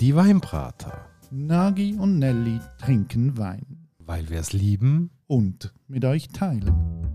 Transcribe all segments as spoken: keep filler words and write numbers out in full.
Die Weinbrater. Nagi und Nelly trinken Wein. Weil wir es lieben und mit euch teilen.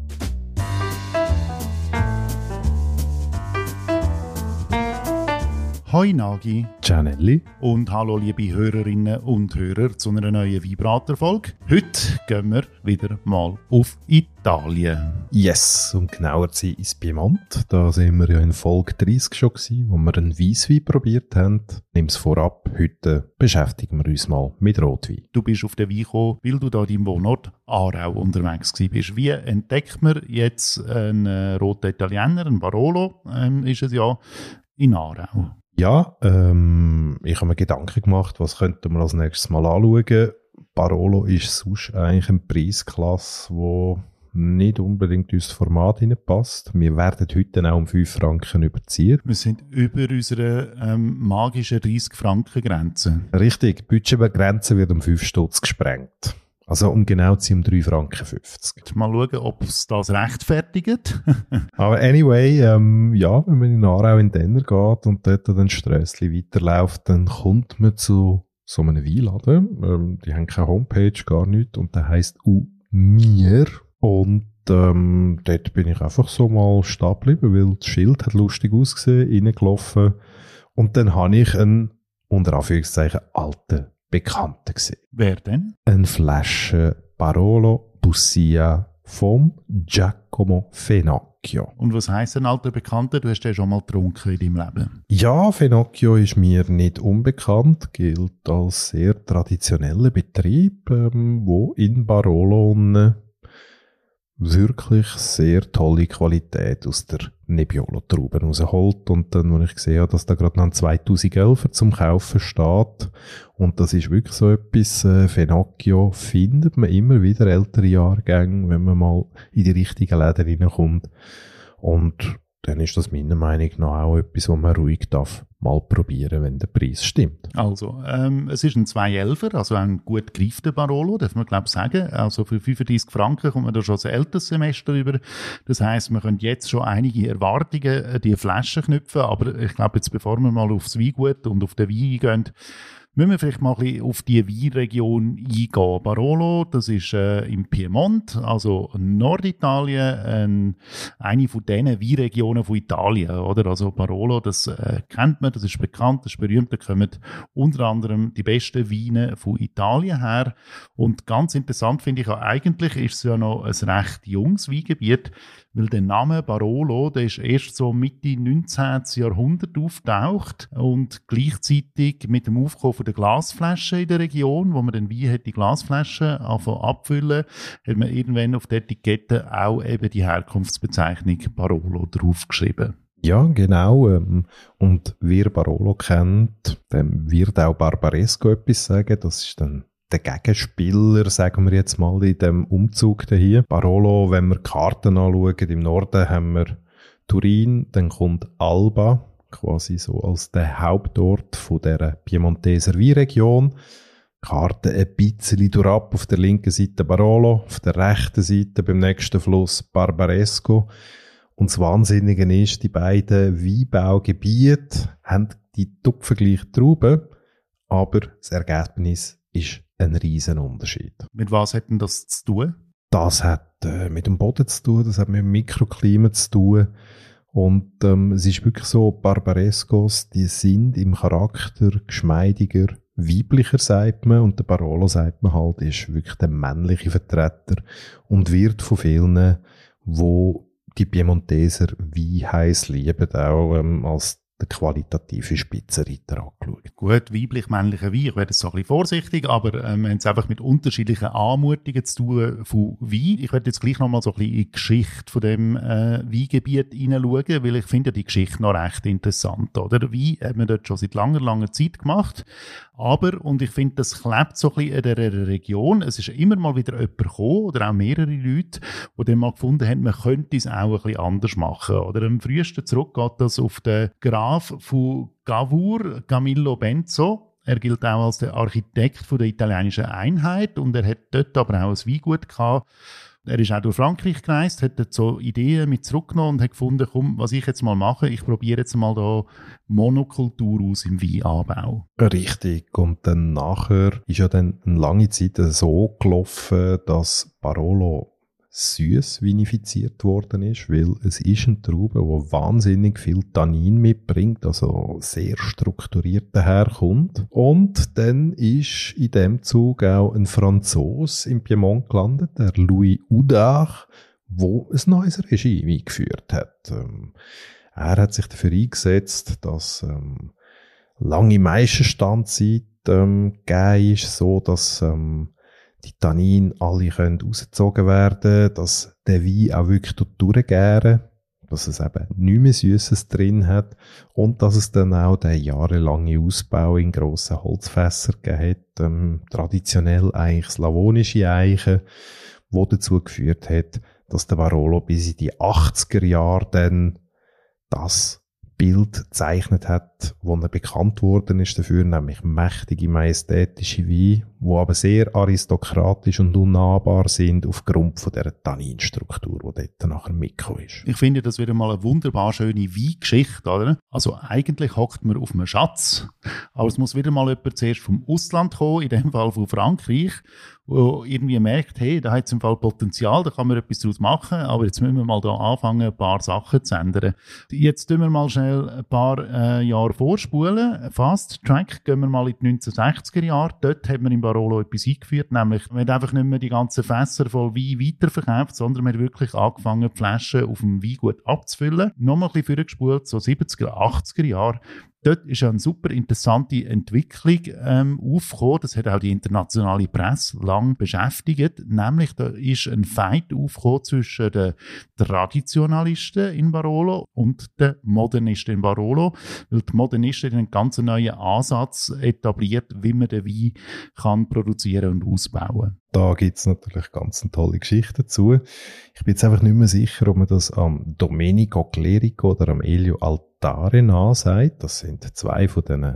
Hoi Nagi. Ciao Nelly. Und hallo liebe Hörerinnen und Hörer zu einer neuen Weinbrater-Folge. Heute gehen wir wieder mal auf Italien. Yes, um genauer zu sein ins Piemont. Da sind wir ja in Folge dreißig schon gewesen, wo wir einen Weisswein probiert haben. Nimm's vorab, heute beschäftigen wir uns mal mit Rotwein. Du bist auf den Wein gekommen, weil du da im Wohnort Aarau unterwegs warst. Wie entdeckt man jetzt einen äh, roten Italiener, einen Barolo, ähm, ist es ja, in Aarau? Ja, ähm, ich habe mir Gedanken gemacht, was könnten wir als nächstes mal anschauen. Barolo ist sonst eigentlich eine Preisklasse, die nicht unbedingt ins Format hineinpasst. Wir werden heute auch um fünf Franken überziehen. Wir sind über unsere ähm, magische dreißig-Franken-Grenze. Richtig, die Budgetgrenze wird um fünf Stutz gesprengt. Also um genau zu sein, um drei Franken fünfzig. Mal schauen, ob es das rechtfertigt. Aber anyway, ähm, ja, wenn man in Aarau in den Denner geht und dort dann Strössli weiterläuft, dann kommt man zu so einem Weinladen. Ähm, die haben keine Homepage, gar nichts. Und der heisst U Mir. Und ähm, dort bin ich einfach so mal stehen geblieben, weil das Schild hat lustig ausgesehen, reingelaufen. Und dann habe ich einen, unter Anführungszeichen, alten Bekannten gesehen. Wer denn? Eine Flasche Barolo Bussia vom Giacomo Fenocchio. Und was heisst ein alter Bekannter? Du hast den schon mal getrunken in deinem Leben. Ja, Fenocchio ist mir nicht unbekannt, gilt als sehr traditioneller Betrieb, ähm, wo in Barolo eine wirklich sehr tolle Qualität aus der Nebbiolo-Traube rausholt. Und dann, als ich gesehen habe, dass da gerade noch ein zweitausendelfer zum Kaufen steht, und das ist wirklich so etwas, äh, Fenocchio findet man immer wieder ältere Jahrgänge, wenn man mal in die richtigen Läden reinkommt. Und dann ist das meiner Meinung nach auch etwas, was man ruhig darf mal probieren, wenn der Preis stimmt. Also, ähm, es ist ein zwei elfer, also ein gut gereifter Barolo, darf man glaube ich sagen. Also für fünfunddreissig Franken kommt man da schon das älteres Semester über. Das heisst, man könnte jetzt schon einige Erwartungen an die Flasche knüpfen, aber ich glaube, jetzt bevor wir mal aufs Weingut und auf den Wein eingehen, müssen wir vielleicht mal ein bisschen auf die Weinregion eingehen. Barolo, das ist äh, im Piemont, also Norditalien, äh, eine von diesen Weinregionen von Italien, oder? Also Barolo, das äh, kennt man, das ist bekannt, das ist berühmt, da kommen unter anderem die besten Weine von Italien her. Und ganz interessant finde ich auch, eigentlich ist es ja noch ein recht junges Weingebiet, weil der Name Barolo, der ist erst so Mitte neunzehnten Jahrhundert aufgetaucht und gleichzeitig mit dem Aufkommen der Glasflaschen in der Region, wo man den Wein hat, die Glasflaschen anfangen abfüllen, hat man irgendwann auf der Etikette auch eben die Herkunftsbezeichnung Barolo draufgeschrieben. Ja, genau. Ähm, und wer Barolo kennt, dem wird auch Barbaresco etwas sagen. Das ist dann der Gegenspieler, sagen wir jetzt mal, in dem Umzug hier. Barolo, wenn wir Karten anschauen, im Norden haben wir Turin, dann kommt Alba, quasi so als der Hauptort von der Piemonteser Weinregion. Karte ein bisschen durchab, auf der linken Seite Barolo, auf der rechten Seite beim nächsten Fluss Barbaresco. Und das Wahnsinnige ist, die beiden Weinbaugebiete haben die tupfengleichen Trauben, aber das Ergebnis ist ein riesen Unterschied. Mit was hat denn das zu tun? Das hat äh, mit dem Boden zu tun, das hat mit dem Mikroklima zu tun. Und ähm, es ist wirklich so, Barbarescos, die sind im Charakter geschmeidiger, weiblicher, sagt man. Und der Barolo, sagt man halt, ist wirklich der männliche Vertreter und wird von vielen, wo die Piemonteser Wein heiss lieben, auch ähm, als der qualitative Spitzenreiter angeschaut. Gut, weiblich-männlicher Wein, ich werde jetzt so ein bisschen vorsichtig, aber ähm, wir haben es einfach mit unterschiedlichen Anmutungen zu tun von Wein. Ich werde jetzt gleich nochmal so ein bisschen in die Geschichte von dem äh, Weingebiet hineinschauen, weil ich finde die Geschichte noch recht interessant. Oder? Wein hat man dort schon seit langer, langer Zeit gemacht, aber, und ich finde, das klebt so ein bisschen in dieser Region, es ist immer mal wieder jemand gekommen, oder auch mehrere Leute, die dann mal gefunden haben, man könnte es auch ein bisschen anders machen. Oder am frühesten zurück geht das auf den Graf von Cavour, Camillo Benso. Er gilt auch als der Architekt von der italienischen Einheit und er hat dort aber auch ein Weingut gehabt, Er ist auch durch Frankreich gereist, hat dort so Ideen mit zurückgenommen und hat gefunden, komm, was ich jetzt mal mache, ich probiere jetzt mal da Monokultur aus im Weinanbau. Richtig. Und dann nachher ist ja dann eine lange Zeit so gelaufen, dass Barolo süß vinifiziert worden ist, weil es ist eine Traube, die wahnsinnig viel Tannin mitbringt, also sehr strukturiert daherkommt. Und dann ist in dem Zug auch ein Franzos im Piemont gelandet, der Louis Oudard, wo ein neues Regime eingeführt hat. Ähm, er hat sich dafür eingesetzt, dass ähm, lange Maischestandzeit ähm, gegeben ist, so dass ähm, die Tannine alle können rausgezogen werden, dass der Wein auch wirklich durchgären, dass es eben nichts mehr Süßes drin hat und dass es dann auch den jahrelangen Ausbau in grossen Holzfässern gegeben hat, ähm, traditionell eigentlich slavonische Eichen, wo dazu geführt hat, dass der Barolo bis in die achtziger Jahre dann das Bild gezeichnet hat, wo er bekannt worden ist dafür, nämlich mächtige, majestätische Weine, die aber sehr aristokratisch und unnahbar sind aufgrund von dieser Tanninstruktur, die dort nachher mitgekommen ist. Ich finde, das wieder mal eine wunderbar schöne Weingeschichte, oder? Also eigentlich hockt man auf einem Schatz, aber es muss wieder mal jemand zuerst vom Ausland kommen, in dem Fall von Frankreich, wo irgendwie merkt, hey, da hat es im Fall Potenzial, da kann man etwas daraus machen, aber jetzt müssen wir mal da anfangen, ein paar Sachen zu ändern. Jetzt tun wir mal schnell ein paar äh, Jahre vorspulen. Fast Track, gehen wir mal in die neunzehnhundertsechziger Jahre. Dort hat man in Barolo etwas eingeführt, nämlich man hat einfach nicht mehr die ganzen Fässer voll Wein weiterverkauft, sondern man hat wirklich angefangen, die Flaschen auf dem Weingut abzufüllen. Nochmal ein bisschen vorgespult, so siebziger, achtziger Jahre. Dort ist eine super interessante Entwicklung ähm, aufgekommen. Das hat auch die internationale Presse lang beschäftigt. Nämlich, da ist ein Fight aufgekommen zwischen den Traditionalisten in Barolo und den Modernisten in Barolo. Weil die Modernisten einen ganz neuen Ansatz etabliert, wie man den Wein kann produzieren und ausbauen. Da gibt's natürlich ganz eine tolle Geschichte dazu. Ich bin jetzt einfach nicht mehr sicher, ob man das am Domenico Clerico oder am Elio Altare nachsagt. Das sind zwei von diesen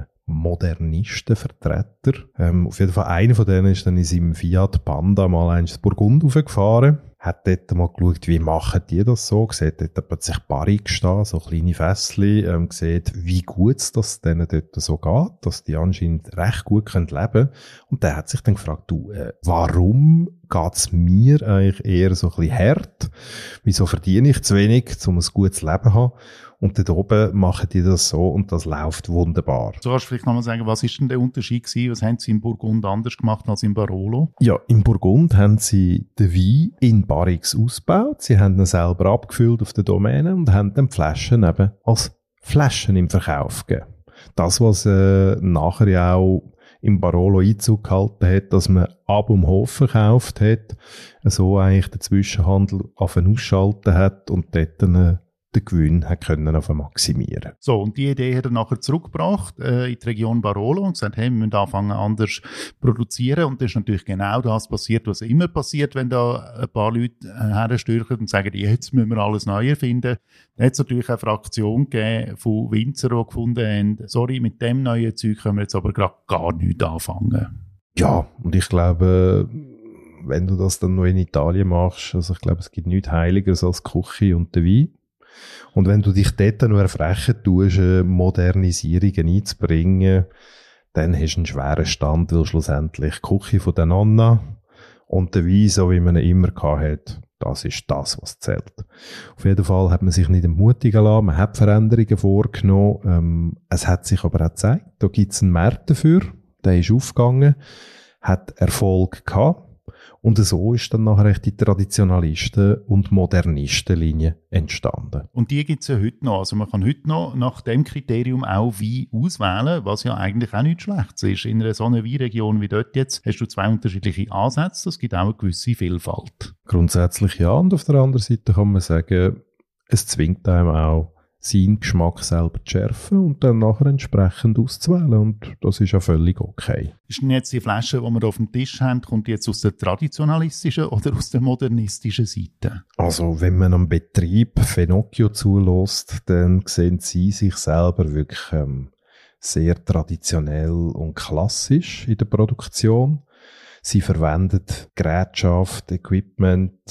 Modernisten-Vertreter. Ähm, auf jeden Fall einer von denen ist dann in seinem Fiat Panda mal eins Burgund raufgefahren. Hat dort mal geschaut, wie machen die das so, sieht dort plötzlich Barrique stehen, so kleine Fässchen, ähm, sieht, wie gut es das denen dort so geht, dass die anscheinend recht gut leben können. Und der hat sich dann gefragt, du, äh, warum geht's mir eigentlich eher so ein bisschen hart? Wieso verdiene ich zu wenig, um ein gutes Leben zu haben? Und dort oben machen die das so und das läuft wunderbar. So kannst du vielleicht nochmal sagen, was ist denn der Unterschied gewesen? Was haben sie in Burgund anders gemacht als in Barolo? Ja, in Burgund haben sie den Wein in Barriques ausgebaut. Sie haben ihn selber abgefüllt auf der Domäne und haben dann die Flaschen eben als Flaschen im Verkauf gegeben. Das, was äh, nachher ja auch im Barolo Einzug gehalten hat, dass man ab um Hof verkauft hat, so eigentlich den Zwischenhandel auf ausschalten hat und dort dann den Gewinn hat können auf maximieren. So, und die Idee hat er nachher zurückgebracht äh, in die Region Barolo und gesagt, hey, wir müssen anfangen anders produzieren. Und das ist natürlich genau das passiert, was immer passiert, wenn da ein paar Leute äh, herstürchen und sagen, jetzt müssen wir alles neu erfinden. Da hat es natürlich eine Fraktion gegeben von Winzer, die gefunden haben, sorry, mit dem neuen Zeug können wir jetzt aber gerade gar nichts anfangen. Ja, und ich glaube, wenn du das dann noch in Italien machst, also ich glaube, es gibt nichts Heiligeres als die Küche und der Wein. Und wenn du dich dort nur erfrechen tust, Modernisierungen einzubringen, dann hast du einen schweren Stand, weil schlussendlich die Küche von der Nonna und der Wein, so wie man ihn immer hatte, das ist das, was zählt. Auf jeden Fall hat man sich nicht entmutigen lassen, man hat Veränderungen vorgenommen, ähm, es hat sich aber auch gezeigt, da gibt es einen Markt dafür, der ist aufgegangen, hat Erfolg gehabt. Und so ist dann nachher echt die Traditionalisten- und Modernistenlinie entstanden. Und die gibt es ja heute noch. Also man kann heute noch nach dem Kriterium auch Wein auswählen, was ja eigentlich auch nichts Schlechtes ist. In einer so einer Weinregion wie dort jetzt hast du zwei unterschiedliche Ansätze. Das gibt auch eine gewisse Vielfalt. Grundsätzlich ja. Und auf der anderen Seite kann man sagen, es zwingt einem auch, seinen Geschmack selber zu schärfen und dann nachher entsprechend auszuwählen. Und das ist ja völlig okay. Ist denn jetzt die Flasche, die wir hier auf dem Tisch haben, kommt die jetzt aus der traditionalistischen oder aus der modernistischen Seite? Also, wenn man am Betrieb Fenocchio zulässt, dann sehen sie sich selber wirklich ähm, sehr traditionell und klassisch in der Produktion. Sie verwenden Gerätschaft, Equipment,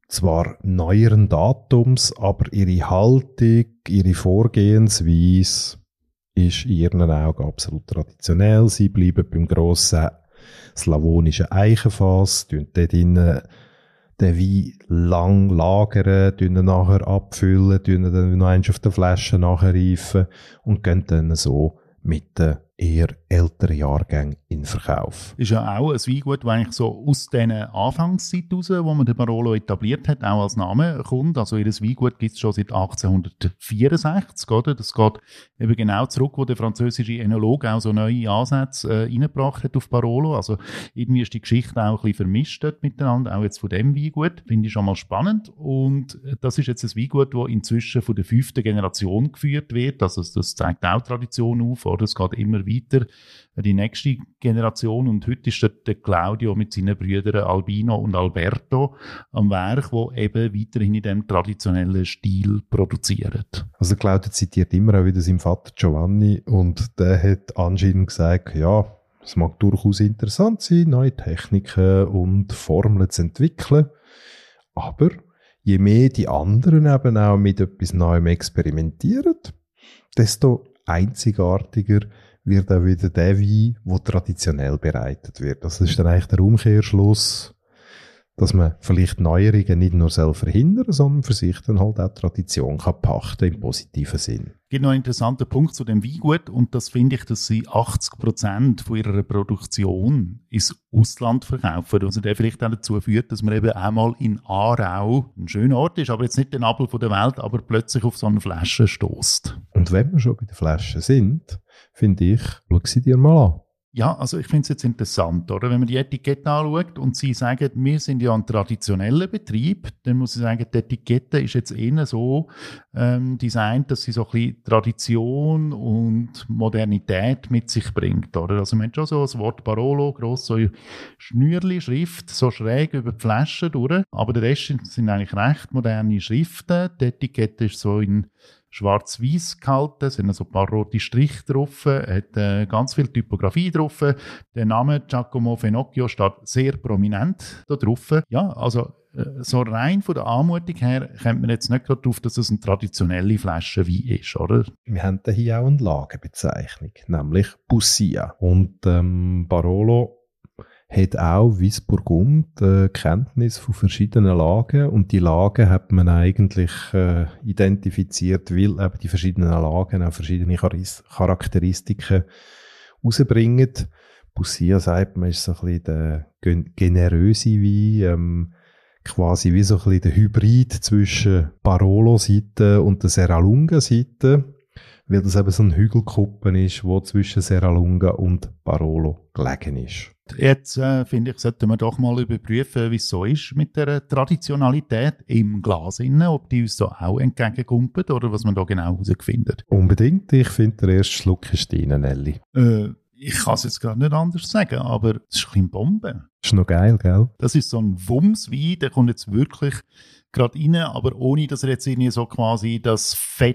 zwar neueren Datums, aber ihre Haltung, ihre Vorgehensweise ist in ihren Augen absolut traditionell. Sie bleiben beim grossen slawonischen Eichenfass, tun dort drinnen den Wein lang lagern, tun ihn nachher abfüllen, tun ihn dann noch eins auf der Flasche nachreifen und gehen dann so mit den eher älteren Jahrgängen in Verkauf. Ist ja auch ein Weingut, das eigentlich so aus dieser Anfangszeit raus, wo man den Barolo etabliert hat, auch als Name kommt. Also ihr Weingut gibt es schon seit achtzehnhundertvierundsechzig, oder? Das geht eben genau zurück, wo der französische Enologe auch so neue Ansätze äh, reingebracht hat auf Barolo. Also irgendwie ist die Geschichte auch ein bisschen vermischt dort miteinander, auch jetzt von dem Weingut. Finde ich schon mal spannend. Und das ist jetzt ein Weingut, das inzwischen von der fünften Generation geführt wird. Also das zeigt auch Tradition auf, oder? Es geht immer weiter die nächste Generation und heute ist der Claudio mit seinen Brüdern Albino und Alberto am Werk, wo eben weiterhin in diesem traditionellen Stil produziert. Also Claudio zitiert immer auch wieder seinen Vater Giovanni und der hat anscheinend gesagt, ja, es mag durchaus interessant sein, neue Techniken und Formeln zu entwickeln, aber je mehr die anderen eben auch mit etwas Neuem experimentieren, desto einzigartiger wird auch wieder der Wein, der traditionell bereitet wird. Das ist dann eigentlich der Umkehrschluss, dass man vielleicht Neuerungen nicht nur selber verhindern, sondern für sich dann halt auch Tradition kann pachten im positiven Sinn. Es gibt noch einen interessanten Punkt zu dem Weingut und das finde ich, dass sie achtzig Prozent von ihrer Produktion ins Ausland verkaufen. Also der vielleicht auch dazu führt, dass man eben einmal in Aarau, ein schöner Ort ist, aber jetzt nicht der Nabel von der Welt, aber plötzlich auf so eine Flasche stößt. Und wenn wir schon bei den Flaschen sind, finde ich, schau sie dir mal an. Ja, also ich finde es jetzt interessant, oder? Wenn man die Etikette anschaut und sie sagen, wir sind ja ein traditioneller Betrieb, dann muss ich sagen, die Etikette ist jetzt eher so ähm, designt, dass sie so ein bisschen Tradition und Modernität mit sich bringt, oder? Also man hat schon so das Wort Barolo, gross so Schnürli, Schrift, so schräg über die Flasche durch, aber der Rest sind eigentlich recht moderne Schriften. Die Etikette ist so in schwarz-weiß gehalten, es sind so ein paar rote Striche drauf, hat äh, ganz viel Typografie drauf. Der Name Giacomo Fenocchio steht sehr prominent da drauf. Ja, also äh, so rein von der Anmutung her kommt man jetzt nicht gerade drauf, dass es eine traditionelle Flasche Wein ist, oder? Wir haben da hier auch eine Lagenbezeichnung, nämlich Bussia. Und ähm, Barolo hat auch, wie das Burgund, äh, Kenntnis von verschiedenen Lagen und die Lagen hat man eigentlich äh, identifiziert, weil eben die verschiedenen Lagen auch verschiedene Charis- Charakteristiken rausbringen. Bussia, sagt man, ist so ein bisschen der gen- generöse Wein, ähm, quasi wie so ein bisschen der Hybrid zwischen Barolo-Seite und der Serralunga-Seite, weil das eben so ein Hügelkuppen ist, wo zwischen Serralunga und Barolo gelegen ist. Jetzt äh, finde ich, sollten wir doch mal überprüfen, wie es so ist mit der Traditionalität im Glas innen, ob die uns da auch entgegenkommt oder was man da genau herausfindet. Unbedingt. Ich finde, der erste Schluck ist drin, Nelly. Äh, ich kann es jetzt gerade nicht anders sagen, aber es ist ein bisschen Bombe. Ist noch geil, gell? Das ist so ein Wumms-Wein, der kommt jetzt wirklich gerade rein, aber ohne, dass er jetzt irgendwie so quasi das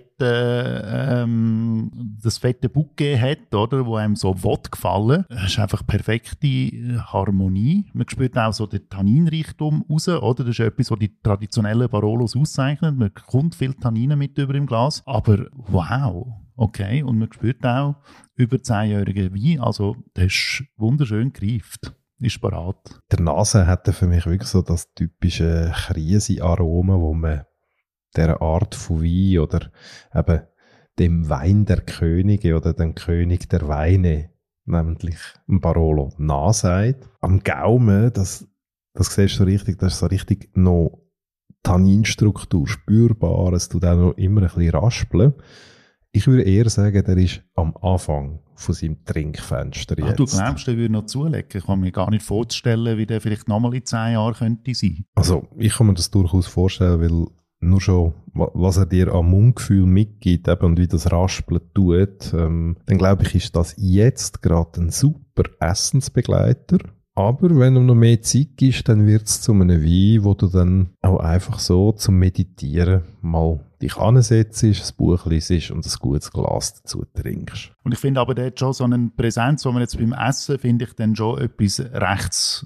fette, ähm, das fette Bouquet hat, oder, wo einem so will gefallen. Es ist einfach perfekte Harmonie. Man spürt auch so den Tanninreichtum raus, oder? Das ist etwas, was die traditionellen Barolos auszeichnet. Man kommt viel Tannine mit über im Glas, aber wow, okay. Und man spürt auch über zehnjährigen Wein, also der ist wunderschön gereift. Ist parat. Der Nase hat für mich wirklich so das typische Krise-Aroma, wo man dieser Art von Wein oder eben dem Wein der Könige oder dem König der Weine, nämlich ein Barolo, nachsagt. Am Gaumen, das, das siehst du so richtig, das ist so richtig noch Tanninstruktur spürbar, es tut auch noch immer ein bisschen raspeln. Ich würde eher sagen, der ist am Anfang von seinem Trinkfenster jetzt. Ach, du glaubst, der würde noch zulegen? Ich kann mir gar nicht vorstellen, wie der vielleicht nochmal in zehn Jahren könnte sein. Also, ich kann mir das durchaus vorstellen, weil nur schon, was er dir am Mundgefühl mitgibt eben, und wie das Raspeln tut, ähm, dann glaube ich, ist das jetzt gerade ein super Essensbegleiter. Aber wenn du noch mehr Zeit gibst, dann wird es zu einem Wein, wo du dann auch einfach so zum Meditieren mal dich hinsetzt, ein Buch liest und ein gutes Glas dazu trinkst. Und ich finde aber, der hat schon so eine Präsenz, wo man jetzt beim Essen, finde ich, dann schon etwas rechts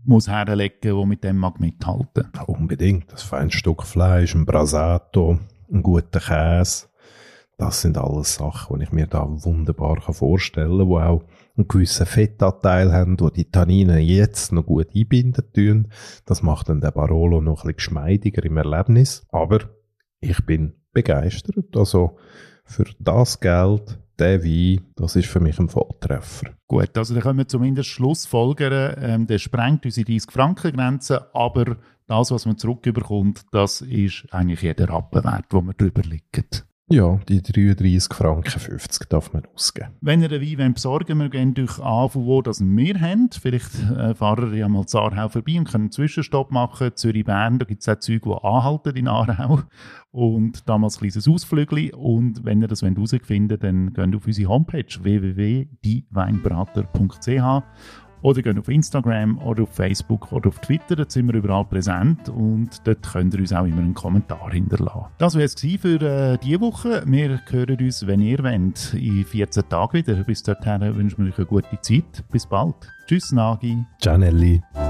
muss herlegen, die mit dem mag mithalten. Ja, unbedingt. Das feine Stück Fleisch, ein Brasato, ein guter Käse. Das sind alles Sachen, die ich mir da wunderbar vorstellen kann, die auch einen gewissen Fettanteil haben, die die Tanninen jetzt noch gut einbinden tun. Das macht dann den Barolo noch ein bisschen geschmeidiger im Erlebnis. Aber ich bin begeistert. Also für das Geld, der Wein, das ist für mich ein Volltreffer. Gut, also da können wir zumindest schlussfolgern, ähm, der sprengt unsere dreissig Franken Grenze, aber das, was man zurückbekommt, das ist eigentlich jeder Rappen wert, wo man drüber liegt. Ja, die dreiunddreissig Franken fünfzig darf man ausgeben. Wenn ihr einen Wein besorgen wollt, wir gehen euch an, von wo das wir haben. Vielleicht äh, fahren wir ja mal zu Aarau vorbei und können einen Zwischenstopp machen. Zürich-Bern, da gibt es auch Züge, die anhalten in Aarau. Und damals ein kleines Ausflügel. Und wenn ihr das herausfinden wollt, dann geht auf unsere Homepage w w w punkt die weinbrater punkt c h oder geht auf Instagram oder auf Facebook oder auf Twitter, da sind wir überall präsent und dort könnt ihr uns auch immer einen Kommentar hinterlassen. Das war es für äh, diese Woche. Wir hören uns, wenn ihr wollt, in vierzehn Tagen wieder. Bis dorthin wünschen wir euch eine gute Zeit. Bis bald. Tschüss, Nagi. Ciao, Nelly.